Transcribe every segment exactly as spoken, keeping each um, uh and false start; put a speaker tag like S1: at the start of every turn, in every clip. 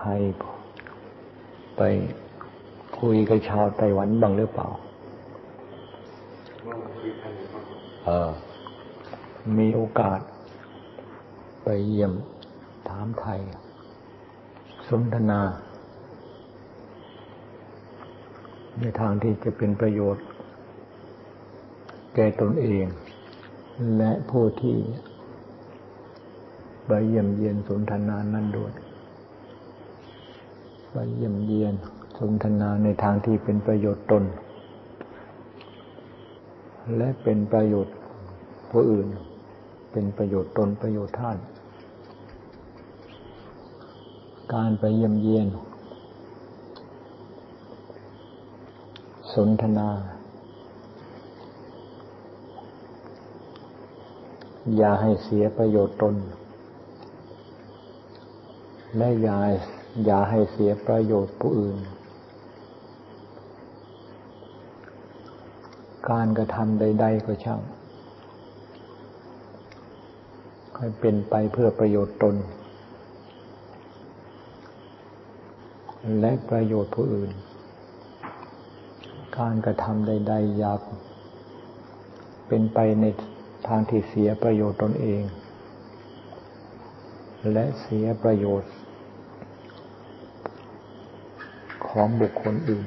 S1: ยไปคุยกับชาวไต้หวันบ้างหรือเปล่าเออมีโอกาสไปเยี่ยมถามไทยสนทนาในทางที่จะเป็นประโยชน์แก่ตนเองและผู้ที่ไปเยี่ยมเยียนสนทนานั้นด้วยไปเยี่ยมเยียนสนทนาในทางที่เป็นประโยชน์ตนและเป็นประโยชน์ผู้อื่นเป็นประโยชน์ตนประโยชน์ท่านการไปเยี่ยมเยียนสนทนาอย่าให้เสียประโยชน์ตนและอย่าอย่าให้เสียประโยชน์ผู้อื่นการกระทำใดๆก็ช่างให้เป็นไปเพื่อประโยชน์ตนและประโยชน์ผู้อื่นการกระทำใดๆอย่าเป็นไปในทางที่เสียประโยชน์ตนเองและเสียประโยชน์ของบุคคลอื่น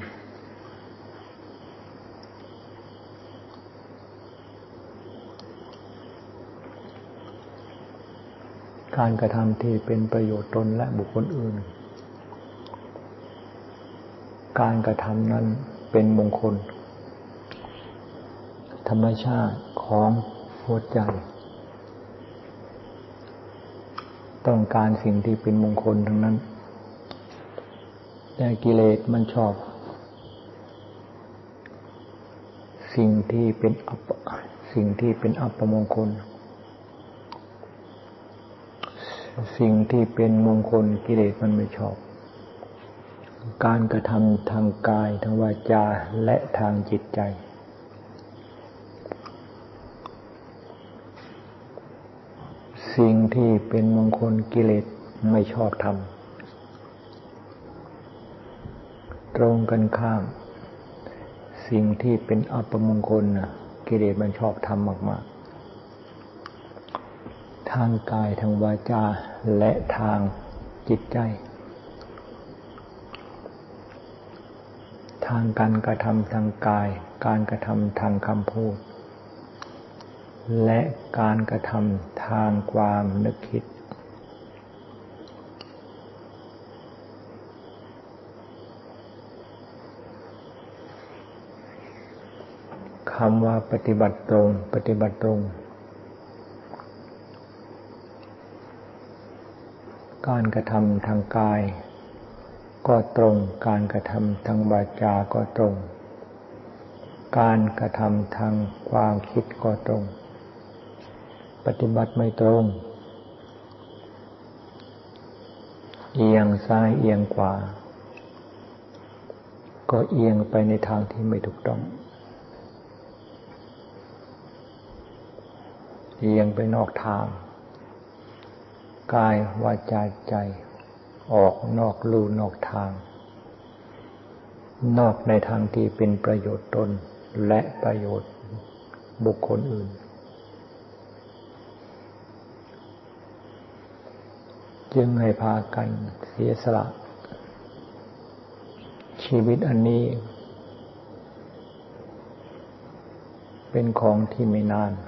S1: การกระทำที่เป็นประโยชน์ตนและบุคคลอื่นการกระทำนั้นเป็นมงคลธรรมชาติของหัวใจต้องการสิ่งที่เป็นมงคลทั้งนั้นแต่กิเลสมันชอบสิ่งที่เป็นอัปสิ่งที่เป็นอัปมงคลสิ่งที่เป็นมงคลกิเลสมันไม่ชอบการกระทำทางกายทางวาจาและทางจิตใจสิ่งที่เป็นมงคลกิเลสไม่ชอบทำตรงกันข้ามสิ่งที่เป็นอัปมงคลน่ะกิเลสมันชอบทำมากๆทางกายทางวาจาและทางจิตใจทางการกระทำทางกายการกระทำทางคำพูดและการกระทำทางความนึกคิดคำว่าปฏิบัติตรงปฏิบัติตรงการกระทำทางกายก็ตรงการกระทำทางวาจาก็ตรงการกระทำทางความคิดก็ตรงปฏิบัติไม่ตรงเอียงซ้ายเอียงขวาก็เอียงไปในทางที่ไม่ถูกต้องเอียงไปนอกทางกายวาจาใจออกนอกลู่นอกทางนอกในทางที่เป็นประโยชน์ตนและประโยชน์บุคคลอื่นจึงให้พากันเสียสละชีวิตอันนี้เป็นของที่ไม่นาน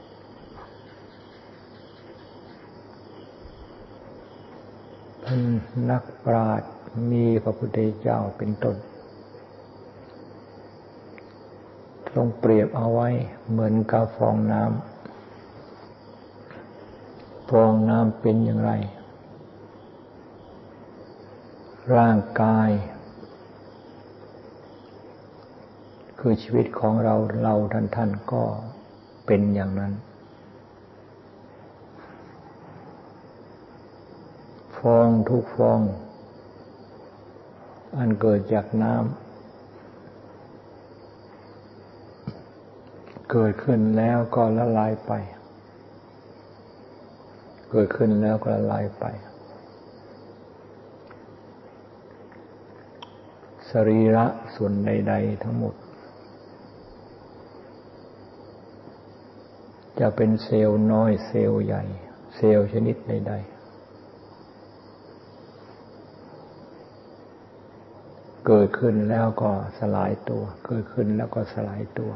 S1: นักปราชญ์มีพระพุทธเจ้าเป็นต้นทรงเปรียบเอาไว้เหมือนกับฟองน้ำฟองน้ำเป็นอย่างไรร่างกายคือชีวิตของเราเราท่านท่านก็เป็นอย่างนั้นฟองทุกฟองอันเกิดจากน้ำเกิดขึ้นแล้วก็ละลายไปเกิดขึ้นแล้วก็ละลายไปสรีระส่วนใดๆทั้งหมดจะเป็นเซลล์น้อยเซลล์ใหญ่เซลล์ชนิดใดๆเกิดขึ้นแล้วก็สลายตัวเกิดขึ้นแล้วก็สลายตัว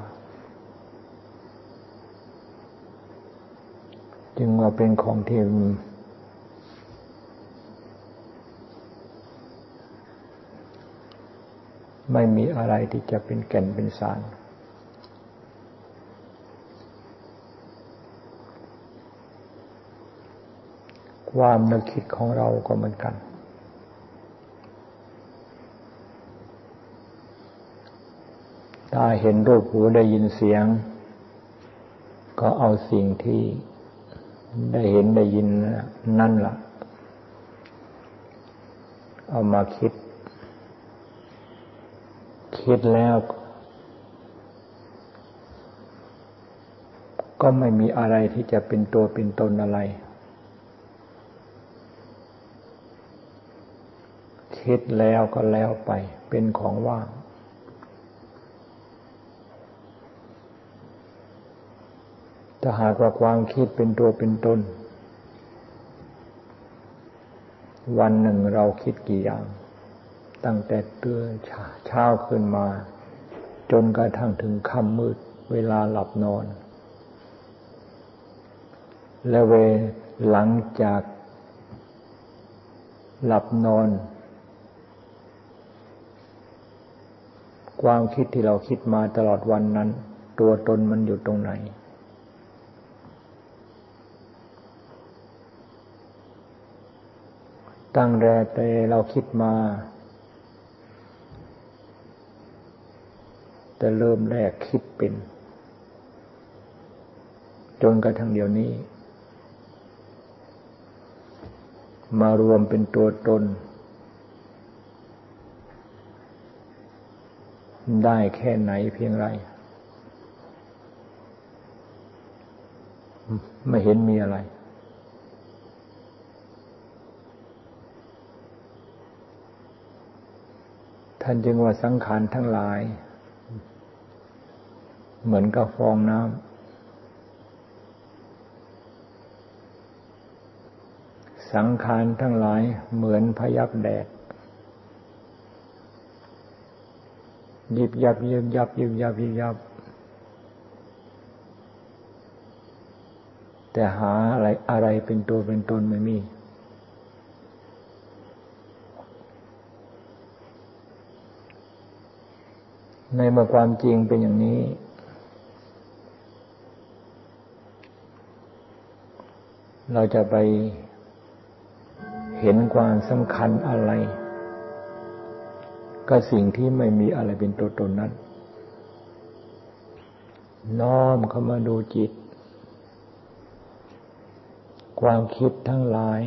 S1: จึงว่าเป็นของที่ไม่มีอะไรที่จะเป็นแก่นเป็นสารความนึกคิดของเราก็เหมือนกันตาเห็นรูปหูได้ยินเสียงก็เอาสิ่งที่ได้เห็นได้ยินนั่นล่ะเอามาคิดคิดแล้วก็ไม่มีอะไรที่จะเป็นตัวเป็นตนอะไรคิดแล้วก็แล้วไปเป็นของว่างถ้าหากว่าความคิดเป็นตัวเป็นตนวันหนึ่งเราคิดกี่อย่างตั้งแต่ตื่นเช้าขึ้นมาจนกระทั่งถึงค่ำมืดเวลาหลับนอนและเวลาหลังจากหลับนอนความคิดที่เราคิดมาตลอดวันนั้นตัวตนมันอยู่ตรงไหนตั้งแต่เราคิดมาแต่เริ่มแรกคิดเป็นจนกระทั่งเดี๋ยวนี้มารวมเป็นตัวตนได้แค่ไหนเพียงไรไม่เห็นมีอะไรท่านจึงว่าสังขารทั้งหลายเหมือนกับฟองน้ำสังขารทั้งหลายเหมือนพยับแดดยิบยับยิบยับยิบยับยิบยับแต่หาอะไรอะไรเป็นตัวเป็นตนไม่มีในเมื่อความจริงเป็นอย่างนี้เราจะไปเห็นความสำคัญอะไรก็สิ่งที่ไม่มีอะไรเป็นตัวตนนั้นน้อมเข้ามาดูจิตความคิดทั้งหลาย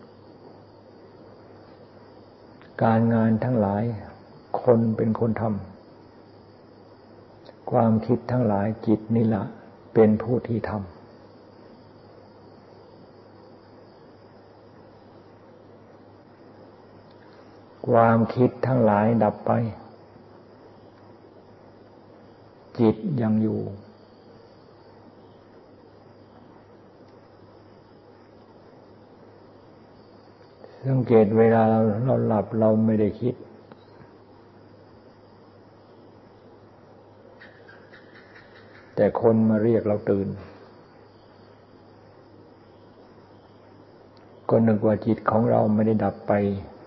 S1: การงานทั้งหลายคนเป็นคนทำความคิดทั้งหลายจิตนี่แหละเป็นผู้ที่ทำความคิดทั้งหลายดับไปจิตยังอยู่สังเกตเวลาเราเราหลับเราไม่ได้คิดแต่คนมาเรียกเราตื่นก็นึกว่าจิตของเราไม่ได้ดับไป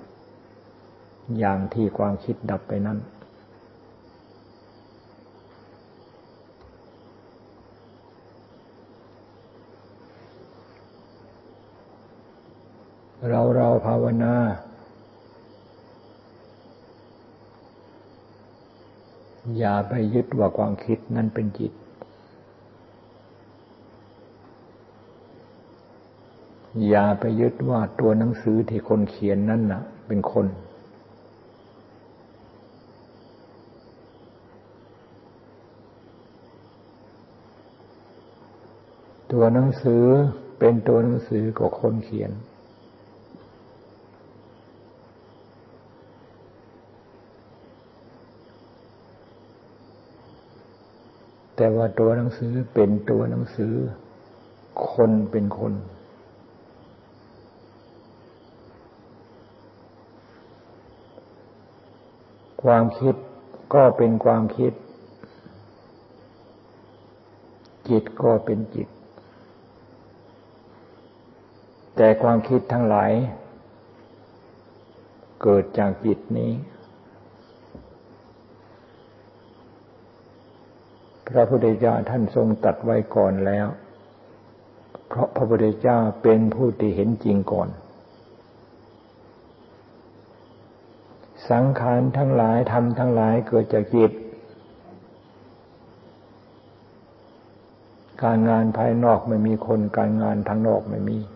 S1: อย่างที่ความคิดดับไปนั้นเราเราภาวนาอย่าไปยึดว่าความคิดนั้นเป็นจิตอย่าไปยึดว่าตัวหนังสือที่คนเขียนนั่นน่ะเป็นคนตัวหนังสือเป็นตัวหนังสือของคนเขียนแต่ว่าตัวหนังสือเป็นตัวหนังสือคนเป็นคนความคิดก็เป็นความคิดจิตก็เป็นจิตแต่ความคิดทั้งหลายเกิดจากจิตนี้พระพุทธเจ้าท่านทรงตรัสไว้ก่อนแล้วเพราะพระพุทธเจ้าเป็นผู้ที่เห็นจริงก่อนสังขารทั้งหลายธรรมทั้งหลายเกิดจากจิตการงานภายนอกไม่มีคนการงานทางนอกไม่มี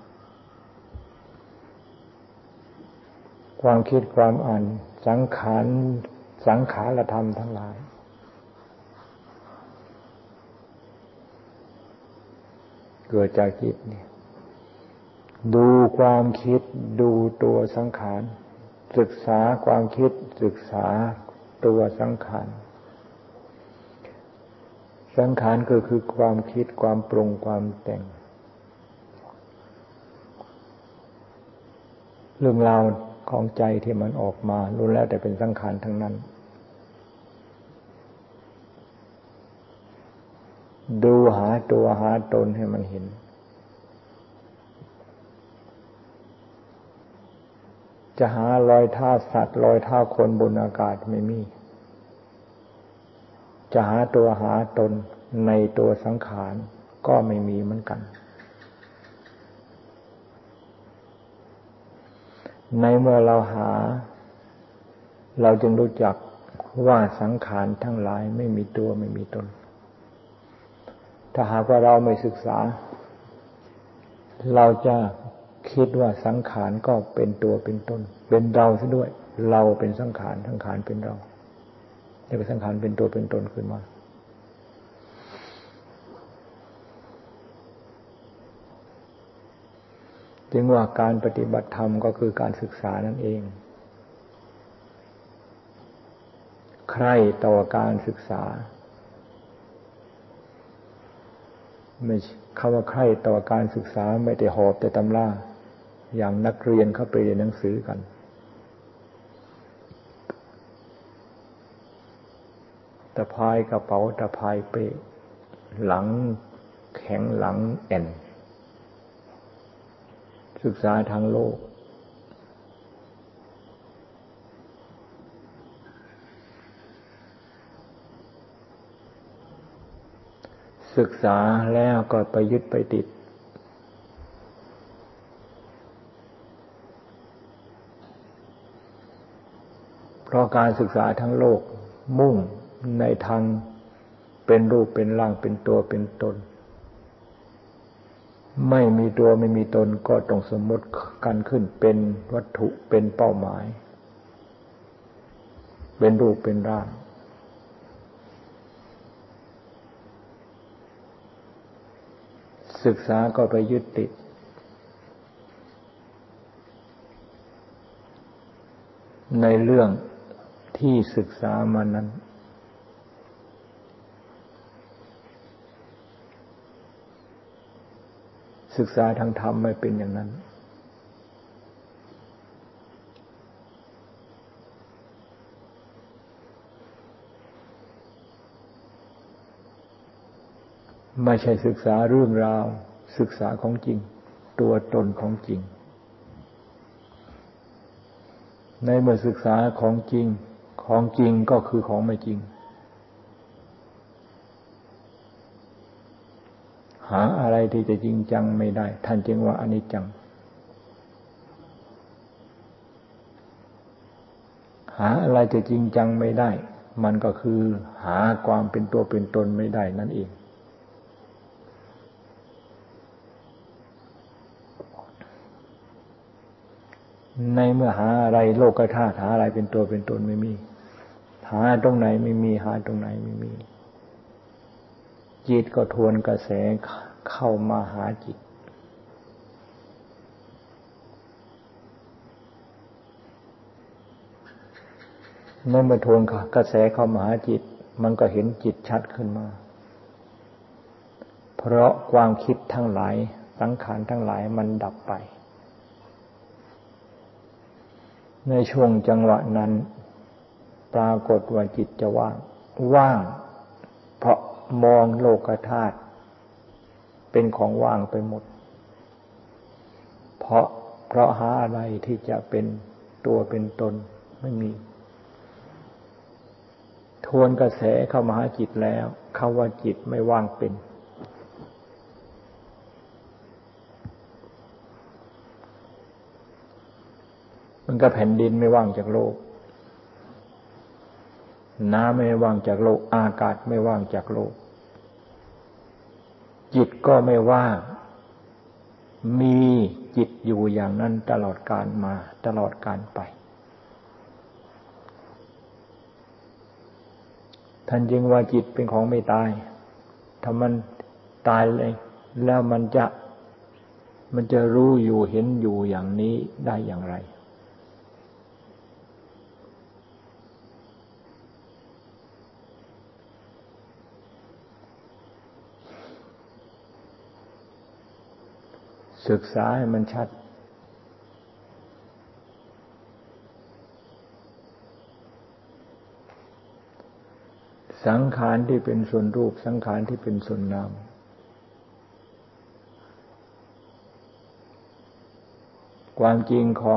S1: ความคิดความอ่านสังขารสังขารธรรมทั้งหลายเกิดจากจิตเนี่ยดูความคิดดูตัวสังขารศึกษาความคิดศึกษาตัวสังขารสังขารก็คือความคิดความปรุงความแต่งเรื่องราวของใจที่มันออกมาล้วนแล้วแต่เป็นสังขารทั้งนั้นดูหาตัวหาตนให้มันเห็นจะหารอยเท้าสัตว์รอยเท้าคนบนอากาศไม่มีจะหาตัวหาตนในตัวสังขารก็ไม่มีเหมือนกันในเมื่อเราหาเราจึงรู้จักว่าสังขารทั้งหลายไม่มีตัวไม่มีตนถ้าหากว่าเราไม่ศึกษาเราจะคิดว่าสังขารก็เป็นตัวเป็นตนเป็นเราซะด้วยเราเป็นสังขารสังขารเป็นเราจะเป็นสังขารเป็นตัวเป็นตนขึ้นมาจึงว่าการปฏิบัติธรรมก็คือการศึกษานั่นเองใคร่ต่อการศึกษาไม่คำว่าใคร่ต่อการศึกษาไม่ได้หอบแต่ตำราอย่างนักเรียนเข้าไปเรียนหนังสือกันตะพายกระเป๋าตะพายเป้หลังแข็งหลังแอนศึกษาทางโลกศึกษาแล้วก็ไปยึดไปติดเพราะการศึกษาทั้งโลกมุ่งในทางเป็นรูปเป็นร่างเป็นตัวเป็นตนไม่มีตัวไม่มีตนก็ต้องสมมติกันขึ้นเป็นวัตถุเป็นเป้าหมายเป็นรูปเป็นร่างศึกษาก็ไปยึดติดในเรื่องที่ศึกษามานั้นศึกษาทางธรรมไม่เป็นอย่างนั้นไม่ใช่ศึกษาเรื่องราวศึกษาของจริงตัวตนของจริงในเมื่อศึกษาของจริงของจริงก็คือของไม่จริงหาอะไรที่จะจริงจังไม่ได้ท่านจึงว่าอนิจจังหาอะไรจะจริงจังไม่ได้มันก็คือหาความเป็นตัวเป็นตนไม่ได้นั่นเองในเมื่อหาอะไรโลกธาตุหาอะไรเป็นตัวเป็นตนไม่มีหาตรงไหนไม่มีหาตรงไหนไม่มีจิตก็ทวนกระแสเข้ามาหาจิตเมื่อมาทวนกระแสเข้ามาหาจิตมันก็เห็นจิตชัดขึ้นมาเพราะความคิดทั้งหลายสังขารทั้งหลายมันดับไปในช่วงจังหวะนั้นปรากฏว่าจิตจะว่างว่างเพราะมองโลกธาตุเป็นของว่างไปหมดเพราะเพราะหาอะไรที่จะเป็นตัวเป็นตนไม่มีทวนกระแสเข้ามาหาจิตแล้วคำว่าจิตไม่ว่างเป็นมันก็แผ่นดินไม่ว่างจากโลกน้ำไม่ว่างจากโลกอากาศไม่ว่างจากโลกจิตก็ไม่ว่างมีจิตอยู่อย่างนั้นตลอดกาลมาตลอดกาลไปท่านจึงว่าจิตเป็นของไม่ตายถ้ามันตายเลยแล้วมันจะมันจะรู้อยู่เห็นอยู่อย่างนี้ได้อย่างไรศึกษาให้มันชัดสังขารที่เป็นส่วนรูปสังขารที่เป็นส่วนนามความจริงของ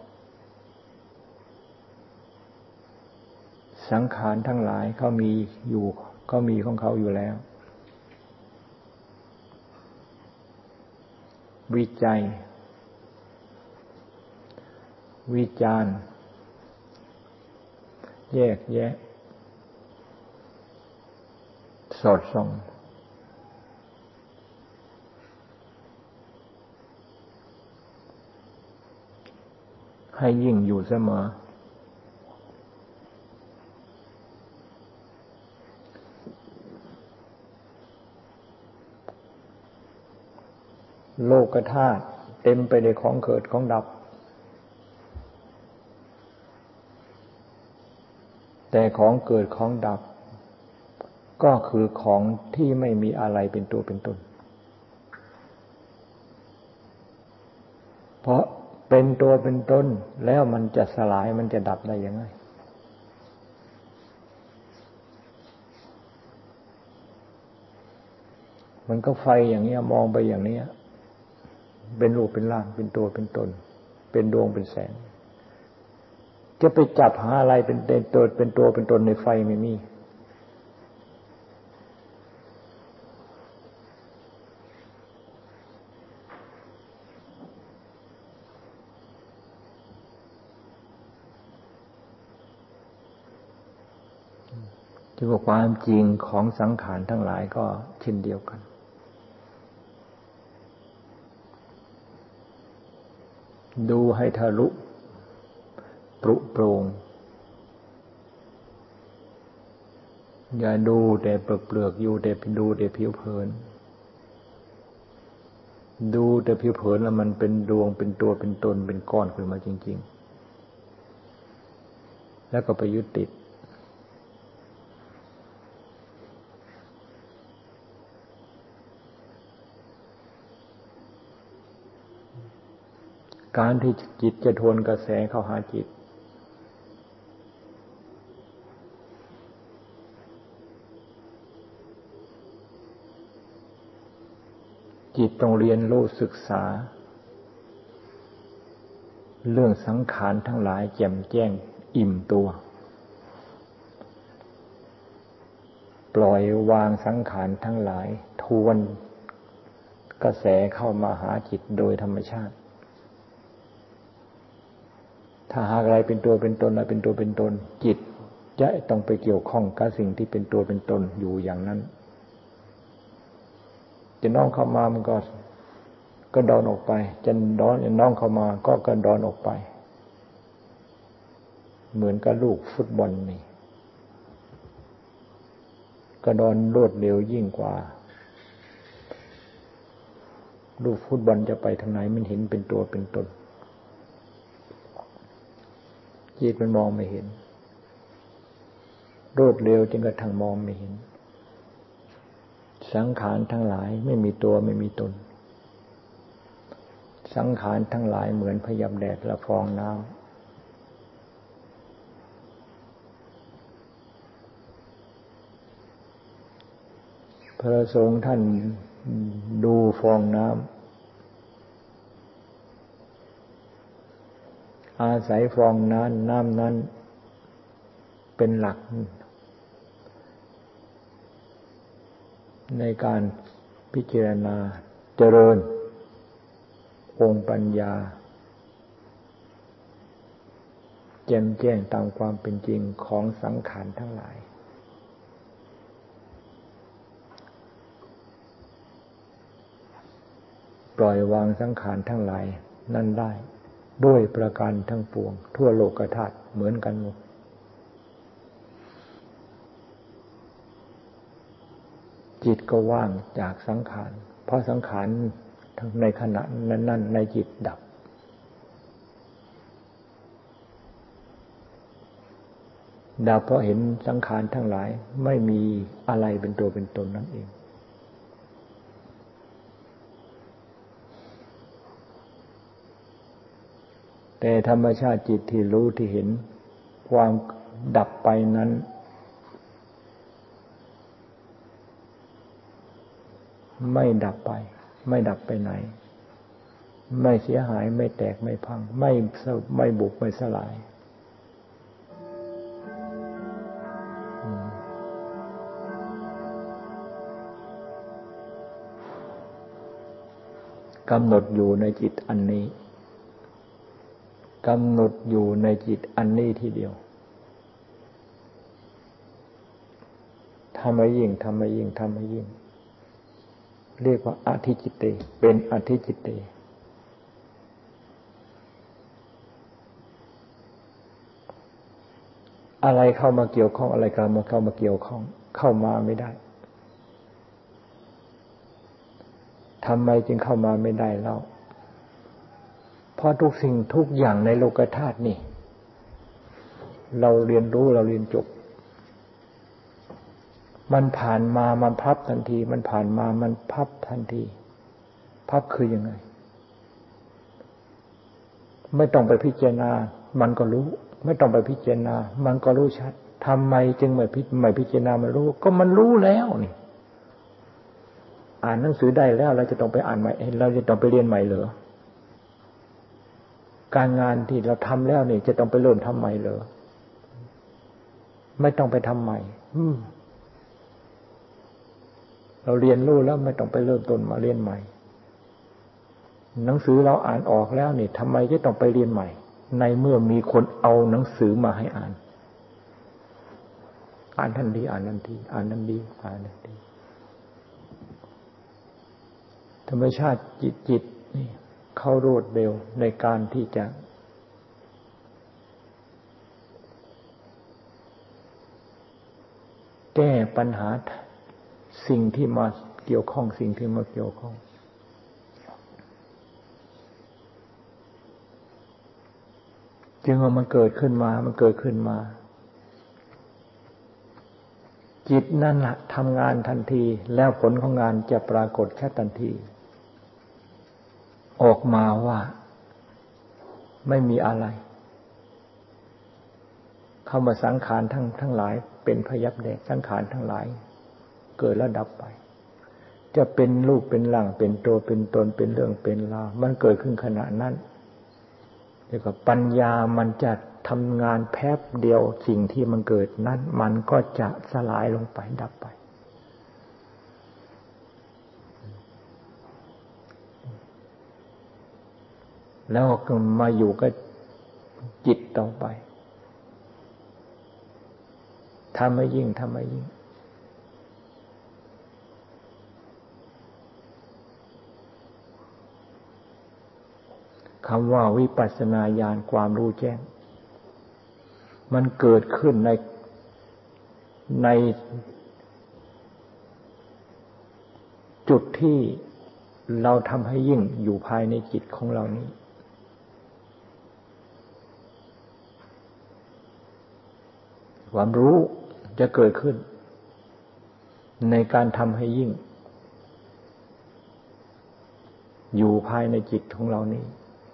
S1: สังขารทั้งหลายเขามีอยู่เขามีของเขาอยู่แล้ววิจัยวิจารณ์แยกแยะสอดส่องให้ยิ่งอยู่เสมอโลกธาตุเต็มไปด้วยของเกิดของดับแต่ของเกิดของดับก็คือของที่ไม่มีอะไรเป็นตัวเป็นตนเพราะเป็นตัวเป็นตนแล้วมันจะสลายมันจะดับได้ยังไงมันก็ไฟอย่างนี้มองไปอย่างนี้เป็นรูปเป็นร่างเป็นตัวเป็นตนเป็นดวงเป็นแสงจะไปจับหาอะไรเป็นตัวเป็นตัวเป็นตนในไฟไม่มีจึงว่าความจริงของสังขารทั้งหลายก็เช่นเดียวกันดูให้ทะลุปรุโปร่งอย่าดูแต่เปลือกๆอยู่แต่ดูแต่ผิวเผินดูแต่ผิวเผินแล้วมันเป็นดวงเป็นตัวเป็นตนเป็นก้อนขึ้นมาจริงๆแล้วก็ไปยึดติดการที่จิตจะทวนกระแสเข้าหาจิตจิตต้องเรียนรู้ศึกษาเรื่องสังขารทั้งหลายแจ่มแจ้งอิ่มตัวปล่อยวางสังขารทั้งหลายทวนกระแสเข้ามาหาจิตโดยธรรมชาติถ้าหากอะไรเป็นตัวเป็นตนอะไรเป็นตัวเป็นตนจิตจะต้องไปเกี่ยวข้องกับสิ่งที่เป็นตัวเป็นตนอยู่อย่างนั้นจะน้องเข้ามามันก็ก็ดอนออกไปจะน้องน้องเข้ามาก็กระดอนออกไปเหมือนกับลูกฟุตบอลนี่กระดอนรวดเร็วยิ่งกว่าลูกฟุตบอลจะไปทางไหนมันเห็นเป็นตัวเป็นตนจิตมันมองไม่เห็นรวดเร็วจนกระทั่งมองไม่เห็นแสสังขารทั้งหลายไม่มีตัวไม่มีตนสังขารทั้งหลายเหมือนพยับแดดละฟองน้ำพระสงฆ์ท่านดูฟองน้ำอาศัยฟองน้ำน้ำนั้นเป็นหลักในการพิจารณาเจริญองค์ปัญญาแจ่มแจ้งตามความเป็นจริงของสังขารทั้งหลายปล่อยวางสังขารทั้งหลายนั่นได้ด้วยประการทั้งปวงทั่วโลกธาตุเหมือนกันหมดจิตก็ว่างจากสังขารเพราะสังขารในขณะนั้นๆในจิตดับดับเพราะเห็นสังขารทั้งหลายไม่มีอะไรเป็นตัวเป็นตนนั่นเองแต่ธรรมชาติจิตที่รู้ที่เห็นความดับไปนั้นไม่ดับไปไม่ดับไปไหนไม่เสียหายไม่แตกไม่พังไม่ไม่บุบไม่สลายกำหนดอยู่ในจิตอันนี้กำหนดอยู่ในจิตอันนี้ทีเดียวทำให้ยิ่งทำให้ยิ่งทำให้ยิ่งเรียกว่าอธิจิตเตเป็นอธิจิตเตอะไรเข้ามาเกี่ยวข้องอะไรเข้ามาเข้ามาเกี่ยวข้องเข้ามาไม่ได้ทำไมจึงเข้ามาไม่ได้เล่าเพราะทุกสิ่งทุกอย่างในโลกธาตุนี่เราเรียนรู้เราเรียนจบมันผ่านมามันพับทันทีมันผ่านมามันพับทันทีพับคือยังไงไม่ต้องไปพิจารณามันก็รู้ไม่ต้องไปพิจารณามันก็รู้ชัดทำไมจึงไม่พิไม่พิจารณามันรู้ก็มันรู้แล้วนี่อ่านหนังสือได้แล้วเราจะต้องไปอ่านใหม่เราจะต้องไปเรียนใหม่เหรอการงานที่เราทำแล้วนี่จะต้องไปเริ่มทำใหม่เหรอไม่ต้องไปทำใหม่เราเรียนรู้แล้วไม่ต้องไปเริ่มต้นมาเรียนใหม่หนังสือเราอ่านออกแล้วนี่ทำไมจะต้องไปเรียนใหม่ในเมื่อมีคนเอาหนังสือมาให้อ่านอ่านทันทีอ่านทันทีอ่านทันทีอ่านทันทีธรรมชาติจิตจิตนี่เข้ารวดเร็วในการที่จะแก้ปัญหาสิ่งที่มาเกี่ยวข้องสิ่งที่มาเกี่ยวข้องจึงว่ามันเกิดขึ้นมามันเกิดขึ้นมาจิตนั่นแหละทำงานทันทีแล้วผลของงานจะปรากฏแค่ทันทีออกมาว่าไม่มีอะไรเข้ามาสังขารทั้งทั้งหลายเป็นพยับแดดสังขารทั้งหลายเกิดแล้วดับไปจะเป็นรูปเป็นร่างเป็นตัวเป็นตนเป็นเรื่องเป็นราวมันเกิดขึ้นขณะนั้นเรียกว่าปัญญามันจะทำงานแป๊บเดียวสิ่งที่มันเกิดนั้นมันก็จะสลายลงไปดับไปแล้วก็มาอยู่กับจิตต่อไปทำให้ยิ่งทำให้ยิ่งคำว่าวิปัสสนาญาณความรู้แจ้งมันเกิดขึ้นในในจุดที่เราทำให้ยิ่งอยู่ภายในจิตของเรานี้ความรู้จะเกิดขึ้นในการทำให้ยิ่งอยู่ภายในจิตของเรานี้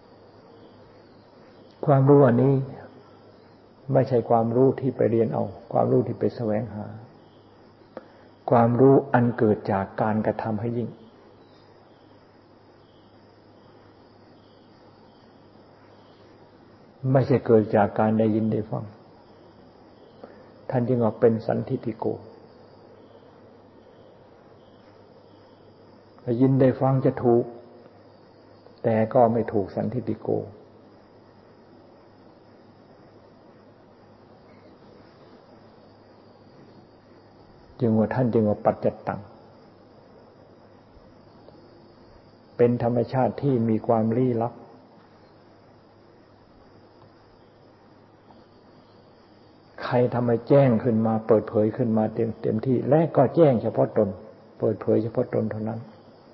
S1: ความรู้อันนี้ไม่ใช่ความรู้ที่ไปเรียนเอาความรู้ที่ไปแสวงหาความรู้อันเกิดจากการกระทำให้ยิ่งไม่ใช่เกิดจากการได้ยินได้ฟังท่านจึงว่าเป็นสันทิฏฐิโกได้ยินได้ฟังจะถูกแต่ก็ไม่ถูกสันทิฏฐิโกจึงว่าท่านจึงว่าปัจจัตตังเป็นธรรมชาติที่มีความลี้ลับใครทำให้แจ้งขึ้นมาเปิดเผยขึ้นมาเต็มเต็มที่และก็แจ้งเฉพาะตนเปิดเผยเฉพาะตนเท่านั้น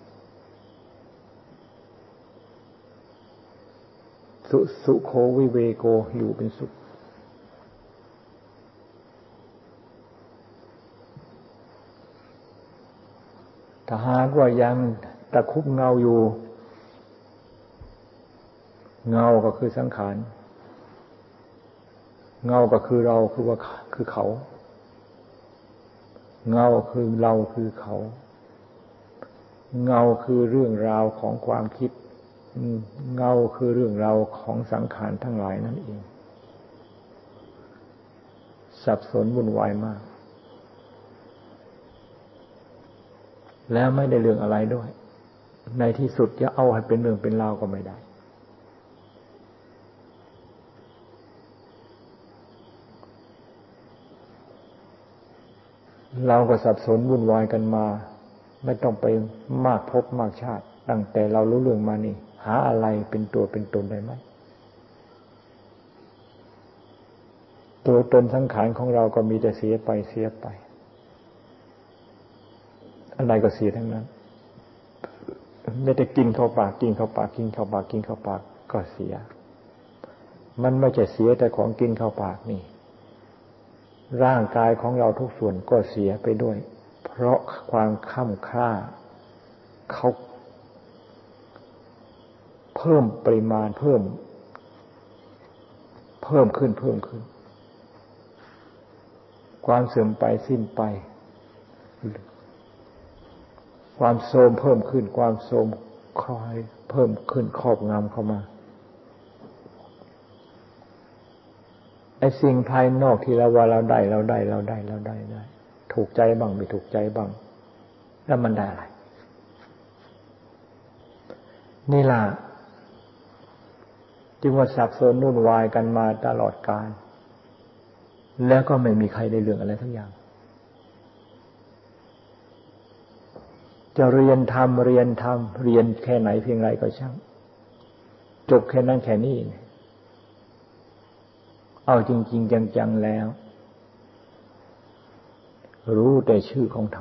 S1: สุสุโขวิเวโกอยู่เป็นสุขถ้าหากว่ายังตะคุบเงาอยู่เงาก็คือสังขารเงาก็คือเราคือว่าคือเขาเงาคือเราคือเขาเงาคือเรื่องราวของความคิดเงาคือเรื่องราวของสังขารทั้งหลายนั่นเองสับสนวุ่นวายมากแล้วไม่ได้เรื่องอะไรด้วยในที่สุดจะเอาให้เป็นเรื่องเป็นราวก็ไม่ได้เราก็สับสนวุ่นวายกันมาไม่ต้องไปมากภพมากชาติตั้งแต่เรารู้เรื่องมานี่หาอะไรเป็นตัวเป็นตนได้ไหมตัวตนสังขารของเราก็มีแต่เสียไปเสียไปอะไรก็เสียทั้งนั้นไม่ได้กินเข้าปากกินเข้าปากกินเข้าปากกินเข้าปากก็เสียมันไม่ใช่เสียแต่ของกินเข้าปากนี่ร่างกายของเราทุกส่วนก็เสียไปด้วยเพราะความข้ามค่าเขาเพิ่มปริมาณเพิ่มเพิ่มขึ้นเพิ่มขึ้นความเสื่อมไปสิ้นไปความโทรมเพิ่มขึ้นความโทรมคล้อยเพิ่มขึ้นครอบงำเข้ามาไอ้สิ่งภายนอกที่เราว่าเราได้เราได้เราได้เราได้ได้ถูกใจบ้างไม่ถูกใจบ้างแล้วมันได้อะไรนี่ล่ะจึงว่าสับสนวุ่นวายกันมาตลอดกาลแล้วก็ไม่มีใครได้เรื่องอะไรทั้งอย่างจะเรียนธรรมเรียนธรรมเรียนแค่ไหนเพียงไรก็ช่างจบแค่นั้นแค่นี้เอาจริงๆจังๆแล้วรู้แต่ชื่อของธรรม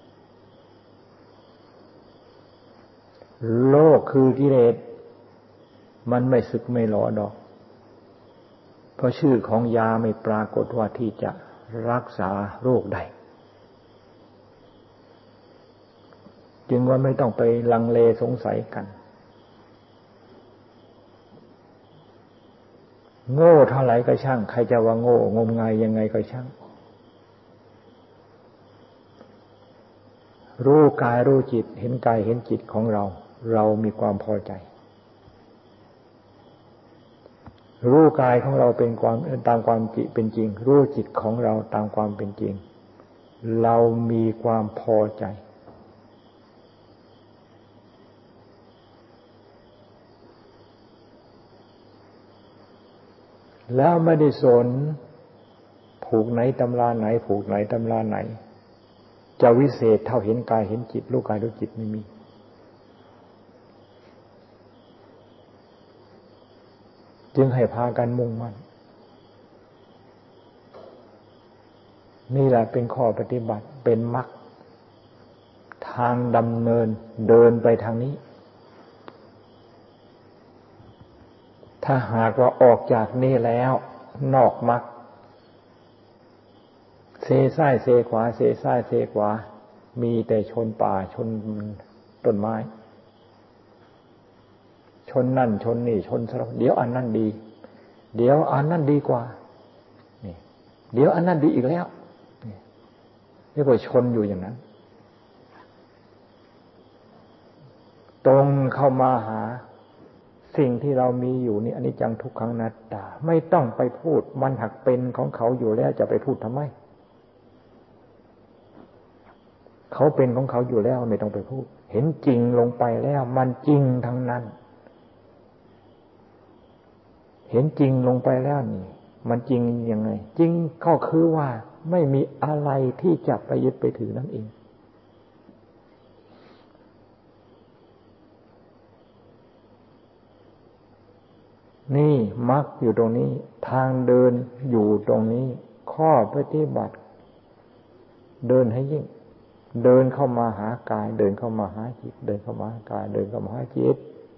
S1: โลกคือกิเลสมันไม่สึกไม่หลอดอกเพราะชื่อของยาไม่ปรากฏว่าที่จะรักษาโรคใดจึงว่าไม่ต้องไปลังเลสงสัยกันโง่เท่าไหร่ก็ช่างใครจะว่าโง่งมงายยังไงก็ช่างรู้กายรู้จิตเห็นกายเห็นจิตของเราเรามีความพอใจรู้กายของเราเป็นความตามความจิตเป็นจริงรู้จิตของเราตามความเป็นจริงเรามีความพอใจแล้วไม่ได้สนผูกไหนตำราไหนผูกไหนตำราไหนจะวิเศษเท่าเห็นกายเห็นจิตรู้กายรู้จิตไม่มีจึงให้พากันมุ่งมั่นนี่แหละเป็นข้อปฏิบัติเป็นมรรคทางดำเนินเดินไปทางนี้ถ้าหากว่าออกจากนี้แล้วนอกมรรคเซซ้ายเซขวาเซซ้ายเซขวามีแต่ชนป่าชนต้นไม้ชนนั่นชนนี่ชนสลับเดี๋ยวอันนั้นดีเดี๋ยวอันนั้นดีกว่านี่เดี๋ยวอันนั้นดีอีกแล้วนี่เรียกว่าชนอยู่อย่างนั้นตรงเข้ามาหาสิ่งที่เรามีอยู่นี่อนิจจังทุกขังอนัตตาไม่ต้องไปพูดมันหักเป็นของเขาอยู่แล้วจะไปพูดทำไมเขาเป็นของเขาอยู่แล้วไม่ต้องไปพูดเห็นจริงลงไปแล้วมันจริงทั้งนั้นเห็นจริงลงไปแล้วนี่มันจริงยังไงจริงก็คือว่าไม่มีอะไรที่จะไปยึดไปถือนั่นเองนี่มรรคอยู่ตรงนี้ทางเดินอยู่ตรงนี้ข้อปฏิบัติเดินให้ยิ่งเดินเข้ามาหากายเดินเข้ามาหาจิตเดินเข้ามาหากายเดินเข้ามาหาจิต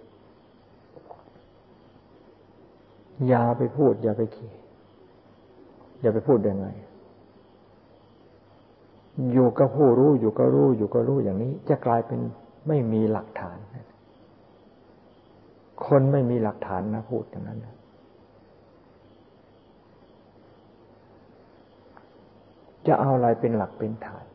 S1: อย่าไปพูดอย่าไปคิดอย่าไปพูดยังไงอยู่กับผู้รู้อยู่กับรู้อยู่กับรู้อย่างนี้จะกลายเป็นไม่มีหลักฐานคนไม่มีหลักฐานนะพูดอย่างนั้นนะจะเอาอะไรเป็นหลักเป็นฐาน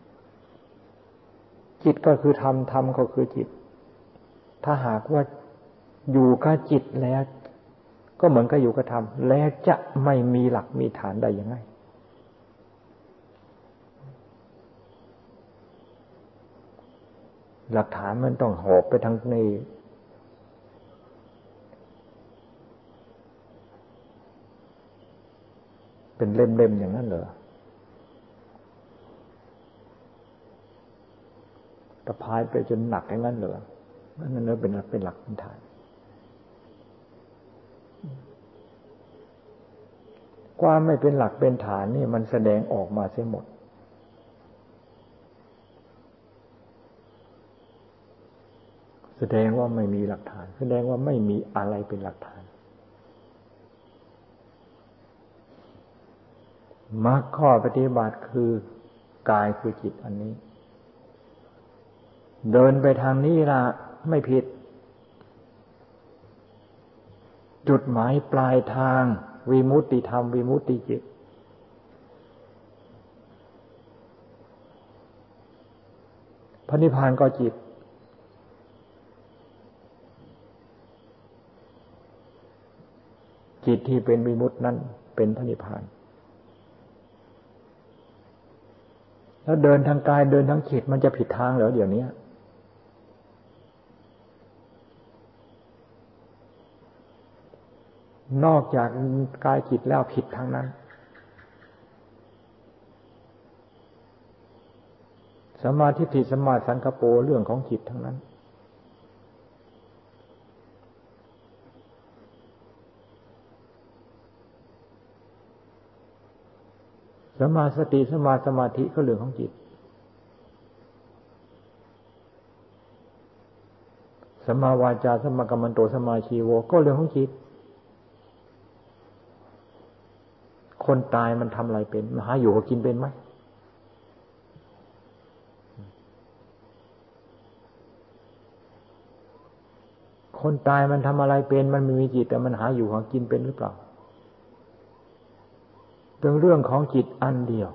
S1: จิตก็คือธรรมธรรมก็คือจิตถ้าหากว่าอยู่กับจิตแล้วก็เหมือนกับอยู่กับธรรมแล้วจะไม่มีหลักมีฐานได้ยังไงหลักฐานมันต้องหอบไปทางในเป็นเล่มๆอย่างนั้นเหรอตะพายไปจนหนักอย่างนั้นเหรอนั่นนั่นเป็นหลักเป็นหลักเป็นฐานความไม่เป็นหลักเป็นฐานนี่มันแสดงออกมาเสียหมดแสดงว่าไม่มีหลักฐานแสดงว่าไม่มีอะไรเป็นหลักฐานมรรคข้อปฏิบัติคือกายคือจิตอันนี้เดินไปทางนี้ล่ะไม่ผิดจุดหมายปลายทางวิมุตติธรรมวิมุตติจิตพระนิพพานก็จิตจิตที่เป็นวิมุตตินั้นเป็นพระนิพพานแล้วเดินทางกายเดินทางจิตมันจะผิดทางเหรอเดี๋ยวนี้นอกจากกายจิตแล้วผิดทางนั้นสัมมาทิฏฐิสัมมาสังกัปโปเรื่องของจิตทั้งนั้นสัมมาสติสัมมาสมาธิก็เรื่องของจิตสัมมาวาจาสัมมากัมมันโตสัมมาชีโวก็เรื่องของจิตคนตายมันทำอะไรเป็นมันหาอยู่หากินเป็นไหมคนตายมันทำอะไรเป็นมันมีจิตแต่มันหาอยู่หากินเป็นหรือเปล่าเป็นเรื่องของจิตอันเดียว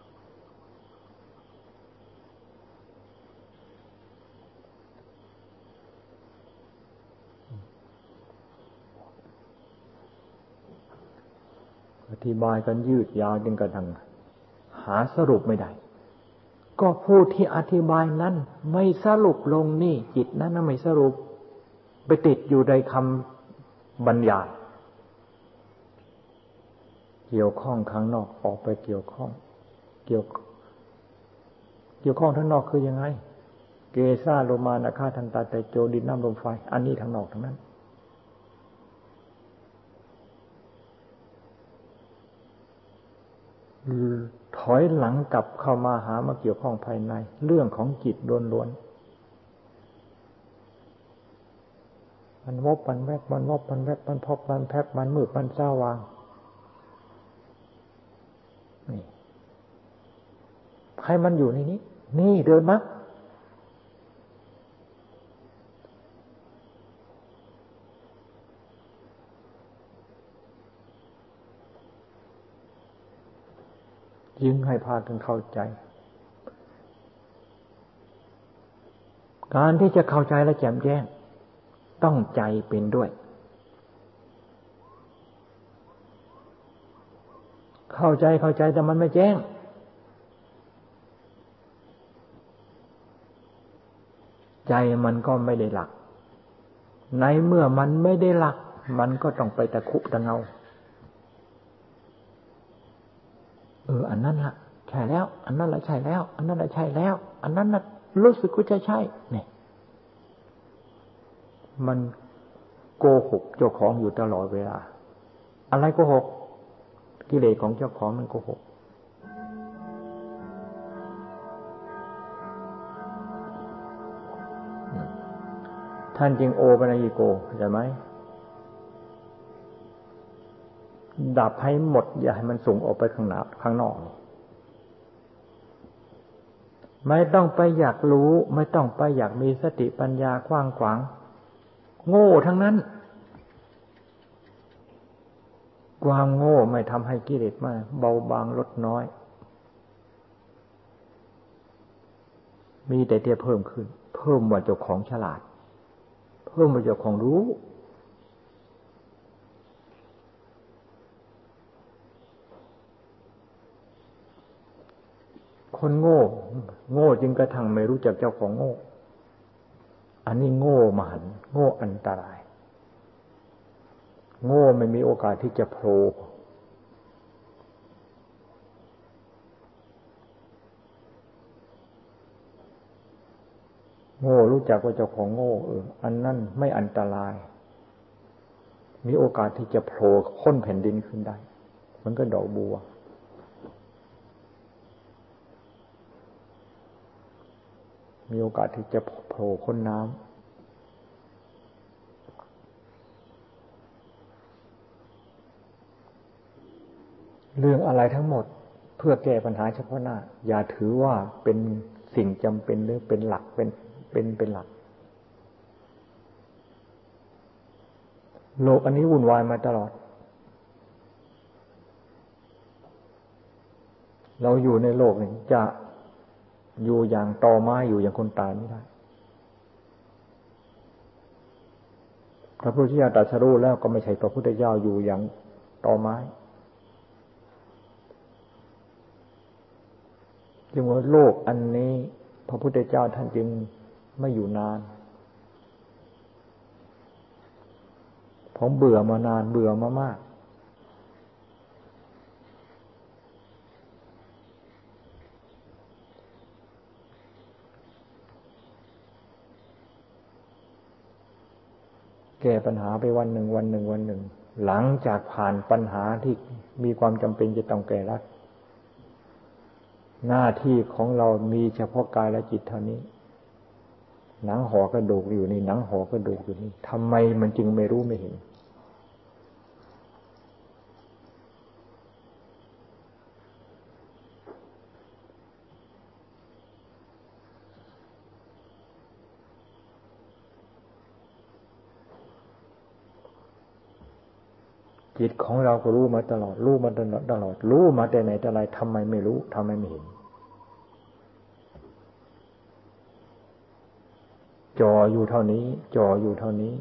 S1: อธิบายกันยืดยาวจนกระทั่งหาสรุปไม่ได้ก็ผู้ที่อธิบายนั้นไม่สรุปลงนี่จิตนั้นไม่สรุปไปติดอยู่ในคำบรรยายเกี่ยวข้องข้างนอกออกไปเกี่ยวข้องเกี่ยวเกี่ยวข้องทั้งนอกคือยังไงเกซ่าโลมานาคาทันตาไตโจดินน้ำลมไฟอันนี้ทั้งนอกทั้งนั้นถอยหลังกลับเข้ามาหามาเกี่ยวข้องภายในเรื่องของจิตล้วนๆมันวบมันแวบมันวบมันแวบมันพบมันแพบมันมืดมันสว่างนี่ให้มันอยู่ในนี้นี่เดินมรรคยิ่งให้พากันเข้าใจการที่จะเข้าใจและแจ่มแจ้งต้องใจเป็นด้วยเข้าใจเข้าใจแต่มันไม่แจ้งใจมันก็ไม่ได้หลักในเมื่อมันไม่ได้หลักมันก็ต้องไปตะคุตะเงาเอออันนั้นล่ะใช่แล้วอันนั้นล่ะใช่แล้วอันนั้นล่ะใช่แล้วอันนั้นน่ะรู้สึกว่าจะใช่เนี่ยมันโกหกเจ้าของอยู่ตลอดเวลาอะไรโกหกกิเลสของเจ้าของมันโกหกท่านจึงโอปัญญิโกเข้าใจไหมดับให้หมดอย่าให้มันส่งออกไปข้างหน้าข้างนอกไม่ต้องไปอยากรู้ไม่ต้องไปอยากมีสติปัญญากว้างขวางโง่ทั้งนั้นความโง่ไม่ทำให้กิเลสมากเบาบางลดน้อยมีแต่ที่เพิ่มขึ้นเพิ่มว่าเจ้าของฉลาดเพิ่มว่าเจ้าของรู้คนโง่โง่จึงกระทั่งไม่รู้จักเจ้าของโง่อันนี้โง่มหันต์โง่อันตรายโง่ไม่มีโอกาสที่จะโผล่โง่รู้จักว่าเจ้าของโง่เอออันนั้นไม่อันตรายมีโอกาสที่จะโผล่ค้นแผ่นดินขึ้นได้มันก็ดอกบัวมีโอกาสที่จะโผล่พ้นน้ำเรื่องอะไรทั้งหมดเพื่อแก้ปัญหาเฉพาะหน้าอย่าถือว่าเป็นสิ่งจำเป็นหรือเป็นหลักเป็นเป็นเป็นหลักโลกอันนี้วุ่นวายมาตลอดเราอยู่ในโลกนี้จะอยู่อย่างตอไม้อยู่อย่างคนตายไม่ได้พระพุทธเจ้าตรัสรู้แล้วก็ไม่ใช่พระพุทธเจ้าอยู่อย่างตอไม้จึงว่าโลกอันนี้พระพุทธเจ้าท่านจึงไม่อยู่นานผมเบื่อมานานเบื่อมามากแก้ปัญหาไปวันหนึ่งวันหนึ่งวันหนึ่งหลังจากผ่านปัญหาที่มีความจำเป็นจะต้องแก้แล้วหน้าที่ของเรามีเฉพาะกายและจิตเท่านี้หนังห่อกระดูกอยู่นี่หนังห่อกระดูกอยู่นี่ทำไมมันจึงไม่รู้ไม่เห็นจิตของเราก็รู้มาตลอดรู้มาตลอดตลอดรู้มาแต่ไหนแต่ไรทำไมไม่รู้ทำไมไม่เห็นจ่ออยู่เท่านี้จ่ออยู่เท่านี้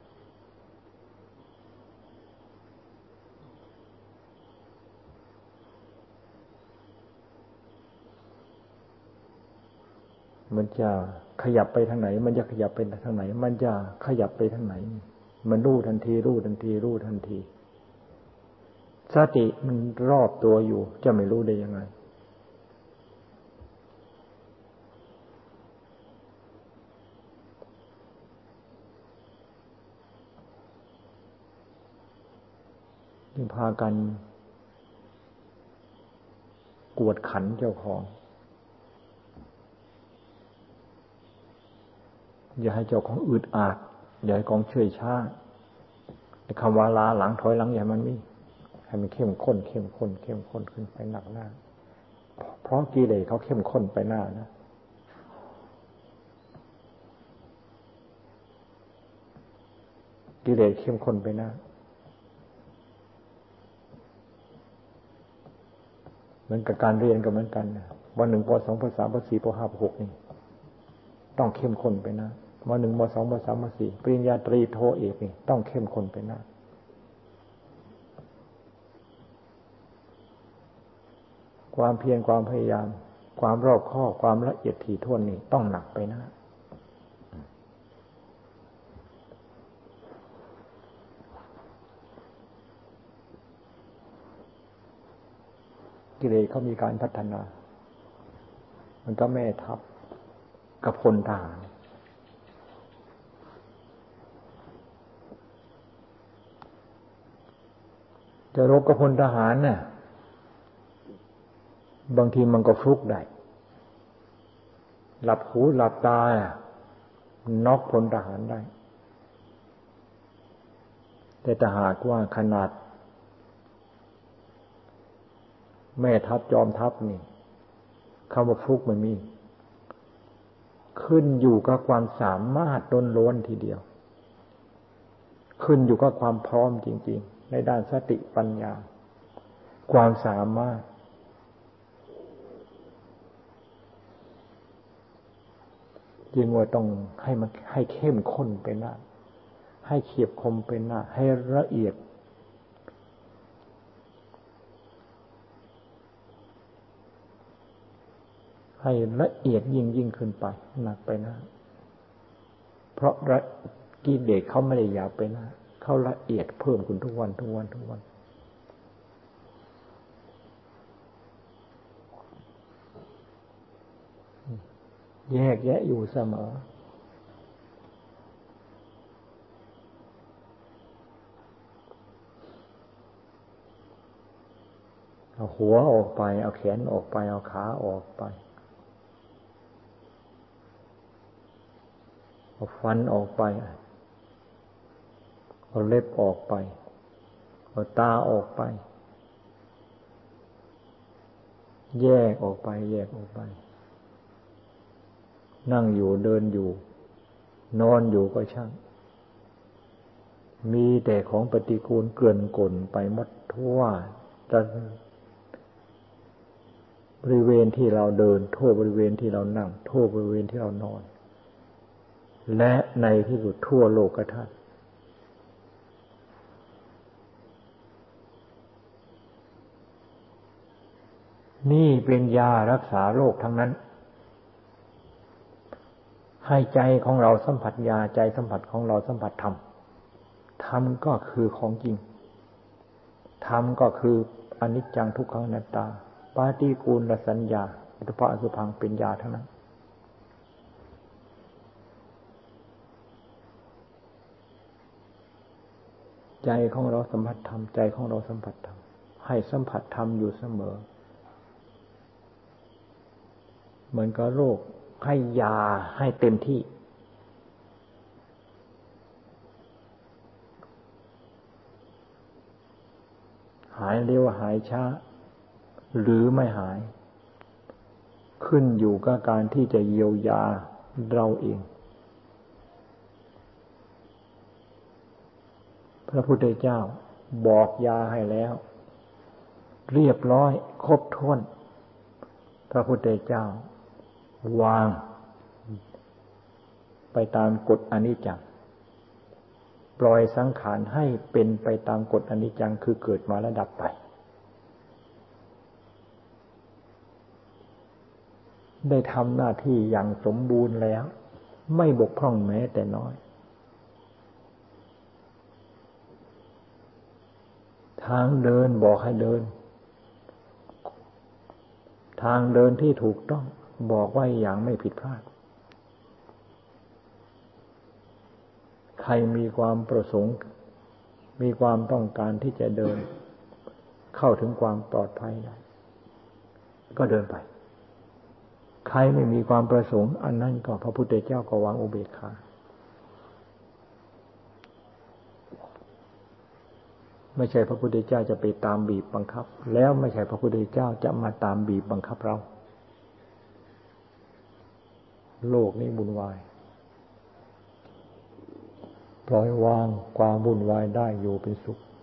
S1: มันจะขยับไปทางไหนมันจะขยับไปทางไหนมันจะขยับไปทางไหนมันรู้ทันทีรู้ทันทีรู้ทันทีสติมันรอบตัวอยู่จะไม่รู้ได้ยังไงจึงพากันกวดขันเจ้าของอย่าให้เจ้าของอึดอัดอย่าให้ของเฉื่อยช้าไอ้คำว่าลาหลังถอยหลังอย่ามันมีให้มันเข้มข้นเข้มข้นเข้มข้นขึ้นไปหนักหน้าเพราะกิเลสเขาเข้มข้นไปหน้านะกิเลสเข้มข้นไปหน้า มมือนกับการเรียนก็เหมือนกันวันหนึ่งปสองปสามปสี่ปห้าปหกนี่ต้องเข้มข้นไปนะวันหนึ่งปสองปสามปสี่ปริญญาตรีโทเอกนี่ต้องเข้มข้นไปนะความเพียรความพยายามความรอบคอบความละเอียดถี่ถ้วนนี่ต้องหนักไปนะกิเลสเขามีการพัฒนามันก็แม่ทัพกับพลทหารจะรบกับพลทหารน่ะบางทีมันก็ฟลุกได้หลับหูหลับตาน็อกพลทหารได้แต่ถ้าหากว่าขนาดแม่ทัพจอมทัพนี่คำว่าฟลุกมันมีขึ้นอยู่กับความสามารถล้วนๆทีเดียวขึ้นอยู่กับความพร้อมจริงๆในด้านสติปัญญาความสามารถจึงว่าต้องให้มันให้เข้มข้นไปหน้าให้เฉียบคมไปหน้าให้ละเอียดให้ละเอียดยิ่งยิ่งขึ้นไปหนักไปหน้าเพราะกิเลสเขาไม่ได้หยาบไปหน้าเขาละเอียดเพิ่มขึ้นทุกวันทุกวันทุกวันแยกแยะอยู่เสมอเอาหัวออกไปเอาแขนออกไปเอาขาออกไปเอาฟันออกไปเอาเล็บออกไปเอาตาออกไปแยกออกไปแยกออกไปนั่งอยู่เดินอยู่นอนอยู่ก็ช่างมีแต่ของปฏิกูลเกลื่อนกล่นไปหมดทั่วบริเวณที่เราเดินทั่วบริเวณที่เรานั่งทั่วบริเวณที่เรานอนและในที่สุดทั่วโลกธาตุนี่เป็นยารักษาโรคทั้งนั้นให้ใจของเราสัมผัสยาใจสัมผัสของเราสัมผัสธรรมธรรมก็คือของจริงธรรมก็คืออนิจจังทุกขังอนัตตาปาฏิกูลสัญญาอุทพะอสุภังเป็นยาทั้งนั้นใจของเราสัมผัสธรรมใจของเราสัมผัสธรรมให้สัมผัสธรรมอยู่เสมอเหมือนกับโรคให้ยาให้เต็มที่หายเร็วหายช้าหรือไม่หายขึ้นอยู่กับการที่จะเยียวยาเราเองพระพุทธเจ้าบอกยาให้แล้วเรียบร้อยครบถ้วนพระพุทธเจ้าวางไปตามกฎอนิจจังปล่อยสังขารให้เป็นไปตามกฎอนิจจังคือเกิดมาแล้วดับไปได้ทำหน้าที่อย่างสมบูรณ์แล้วไม่บกพร่องแม้แต่น้อยทางเดินบอกให้เดินทางเดินที่ถูกต้องบอกไว้อย่างไม่ผิดพลาดใครมีความประสงค์มีความต้องการที่จะเดินเข้าถึงความปลอดภัยได้ก็เดินไปใครไม่มีความประสงค์อันนั้นก็พระพุทธเจ้าก็วางอุเบกขาไม่ใช่พระพุทธเจ้าจะไปตามบีบบังคับแล้วไม่ใช่พระพุทธเจ้าจะมาตามบีบบังคับเราโลกนี้วุ่นวายปล่อยวางความวุ่นวายได้อยู่เป็นสุข